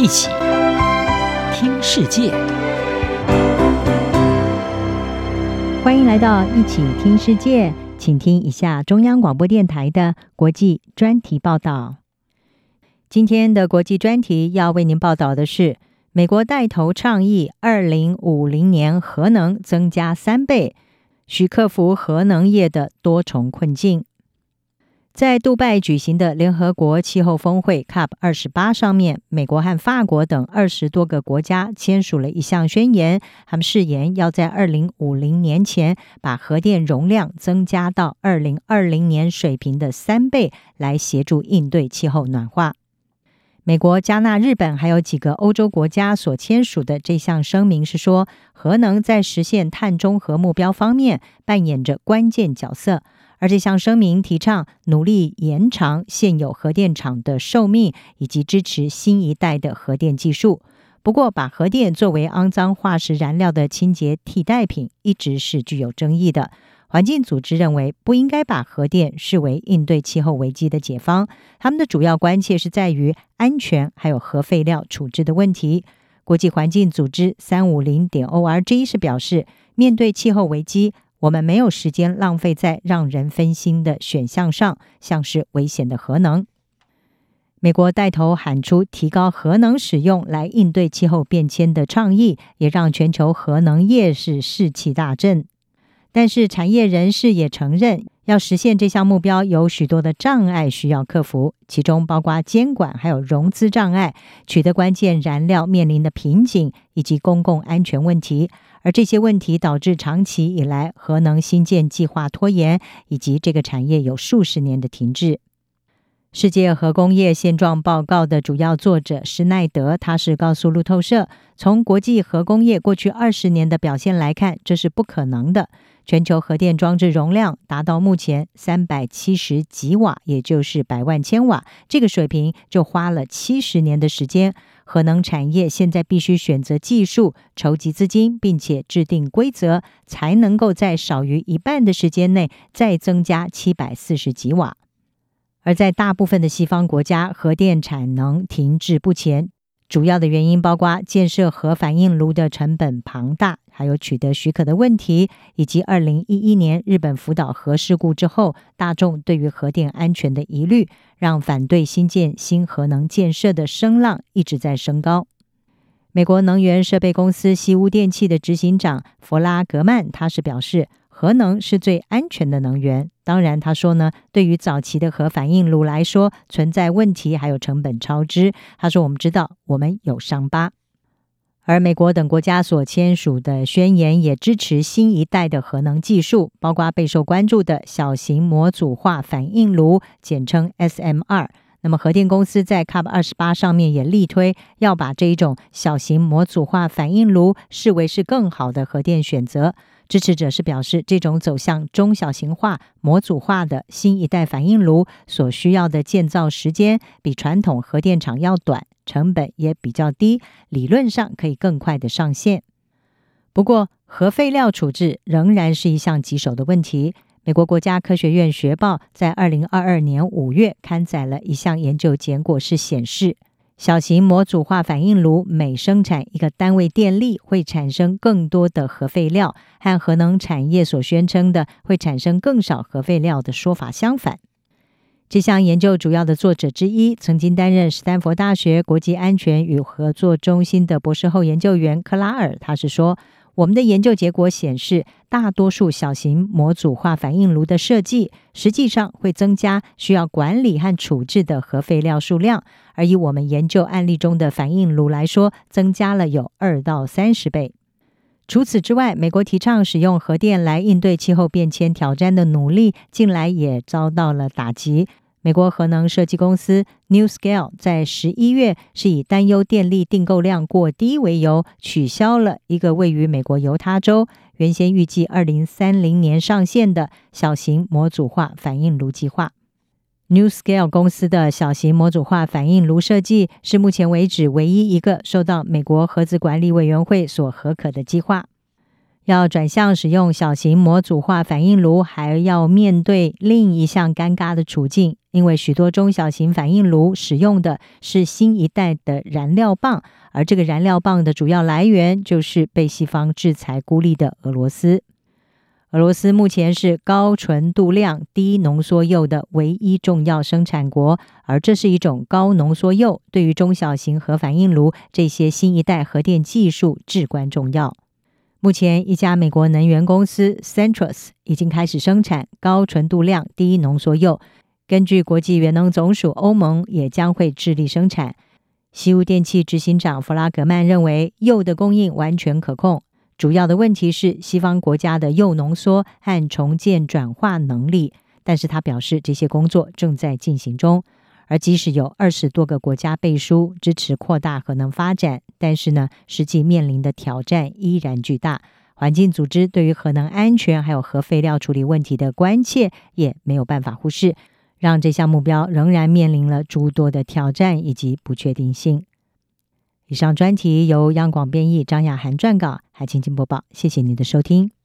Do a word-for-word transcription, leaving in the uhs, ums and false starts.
一起听世界。 欢迎来到一起听世界，请听一下中央广播电台的国际专题报道。今天的国际专题要为您报道的是，美国带头倡议二零五零年核能增加三倍，需克服核能业的多重困境。在杜拜举行的联合国气候峰会 C O P 二十八 上面，美国和法国等二十多个国家签署了一项宣言，他们誓言要在二零五零年前把核电容量增加到二零二零年水平的三倍，来协助应对气候暖化。美国、加纳、日本还有几个欧洲国家所签署的这项声明是说，核能在实现碳中和目标方面扮演着关键角色。而这项声明提倡努力延长现有核电厂的寿命，以及支持新一代的核电技术。不过，把核电作为肮脏化石燃料的清洁替代品，一直是具有争议的。环境组织认为，不应该把核电视为应对气候危机的解方。他们的主要关切是在于安全还有核废料处置的问题。国际环境组织 三五零点 org 是表示，面对气候危机，我们没有时间浪费在让人分心的选项上，像是危险的核能。美国带头喊出提高核能使用来应对气候变迁的倡议，也让全球核能业是士气大振。但是产业人士也承认，要实现这项目标有许多的障碍需要克服，其中包括监管还有融资障碍、取得关键燃料面临的瓶颈，以及公共安全问题。而这些问题导致长期以来核能新建计划拖延，以及这个产业有数十年的停滞。世界核工业现状报告的主要作者施耐德，他是告诉路透社，从国际核工业过去二十年的表现来看，这是不可能的。全球核电装置容量达到目前三百七十吉瓦，也就是百万千瓦，这个水平就花了七十年的时间。核能产业现在必须选择技术、筹集资金，并且制定规则，才能够在少于一半的时间内再增加七百四十吉瓦。而在大部分的西方国家，核电产能停滞不前，主要的原因包括建设核反应炉的成本庞大，还有取得许可的问题，以及二零一一年日本福岛核事故之后，大众对于核电安全的疑虑，让反对新建新核能建设的声浪一直在升高。美国能源设备公司西屋电气的执行长弗拉格曼，他是表示，核能是最安全的能源。当然他说呢，对于早期的核反应炉来说，存在问题还有成本超支。他说，我们知道我们有伤疤。而美国等国家所签署的宣言也支持新一代的核能技术，包括备受关注的小型模组化反应炉，简称 S M R。 那么核电公司在 C O P 二十八 上面也力推要把这一种小型模组化反应炉视为是更好的核电选择。支持者是表示，这种走向中小型化、模组化的新一代反应炉所需要的建造时间比传统核电厂要短，成本也比较低，理论上可以更快的上线。不过，核废料处置仍然是一项棘手的问题。美国国家科学院学报在二零二二年五月刊载了一项研究结果，是显示小型模组化反应炉每生产一个单位电力会产生更多的核废料，和核能产业所宣称的会产生更少核废料的说法相反。这项研究主要的作者之一，曾经担任史丹佛大学国际安全与合作中心的博士后研究员克拉尔，他是说，我们的研究结果显示，大多数小型模组化反应炉的设计实际上会增加需要管理和处置的核废料数量，而以我们研究案例中的反应炉来说，增加了有二到三十倍。除此之外，美国提倡使用核电来应对气候变迁挑战的努力，近来也遭到了打击。美国核能设计公司 NuScale 在十一月是以担忧电力订购量过低为由，取消了一个位于美国犹他州原先预计二零三零年上线的小型模组化反应炉计划。NuScale 公司的小型模组化反应炉设计是目前为止唯一一个受到美国核子管理委员会所核可的计划。要转向使用小型模组化反应炉，还要面对另一项尴尬的处境， 因为许多中小型反应炉使用的是新一代的燃料棒，而这个燃料棒的主要来源就是被西方制裁孤立的俄罗斯。俄罗斯目前是高纯度量低浓缩铀的唯一重要生产国，而这是一种高浓缩铀，对于中小型核反应炉这些新一代核电技术至关重要。目前，一家美国能源公司 Centrus 已经开始生产高纯度量低浓缩铀，根据国际原能总署欧盟也将会致力生产。西屋电气执行长弗拉格曼认为，铀的供应完全可控。主要的问题是西方国家的铀浓缩和重建转化能力，但是他表示这些工作正在进行中。而即使有二十多个国家背书支持扩大核能发展，但是呢，实际面临的挑战依然巨大。环境组织对于核能安全还有核废料处理问题的关切也没有办法忽视，让这项目标仍然面临了诸多的挑战以及不确定性。以上专题由央广编译张雅涵撰稿，海清清播报，谢谢您的收听。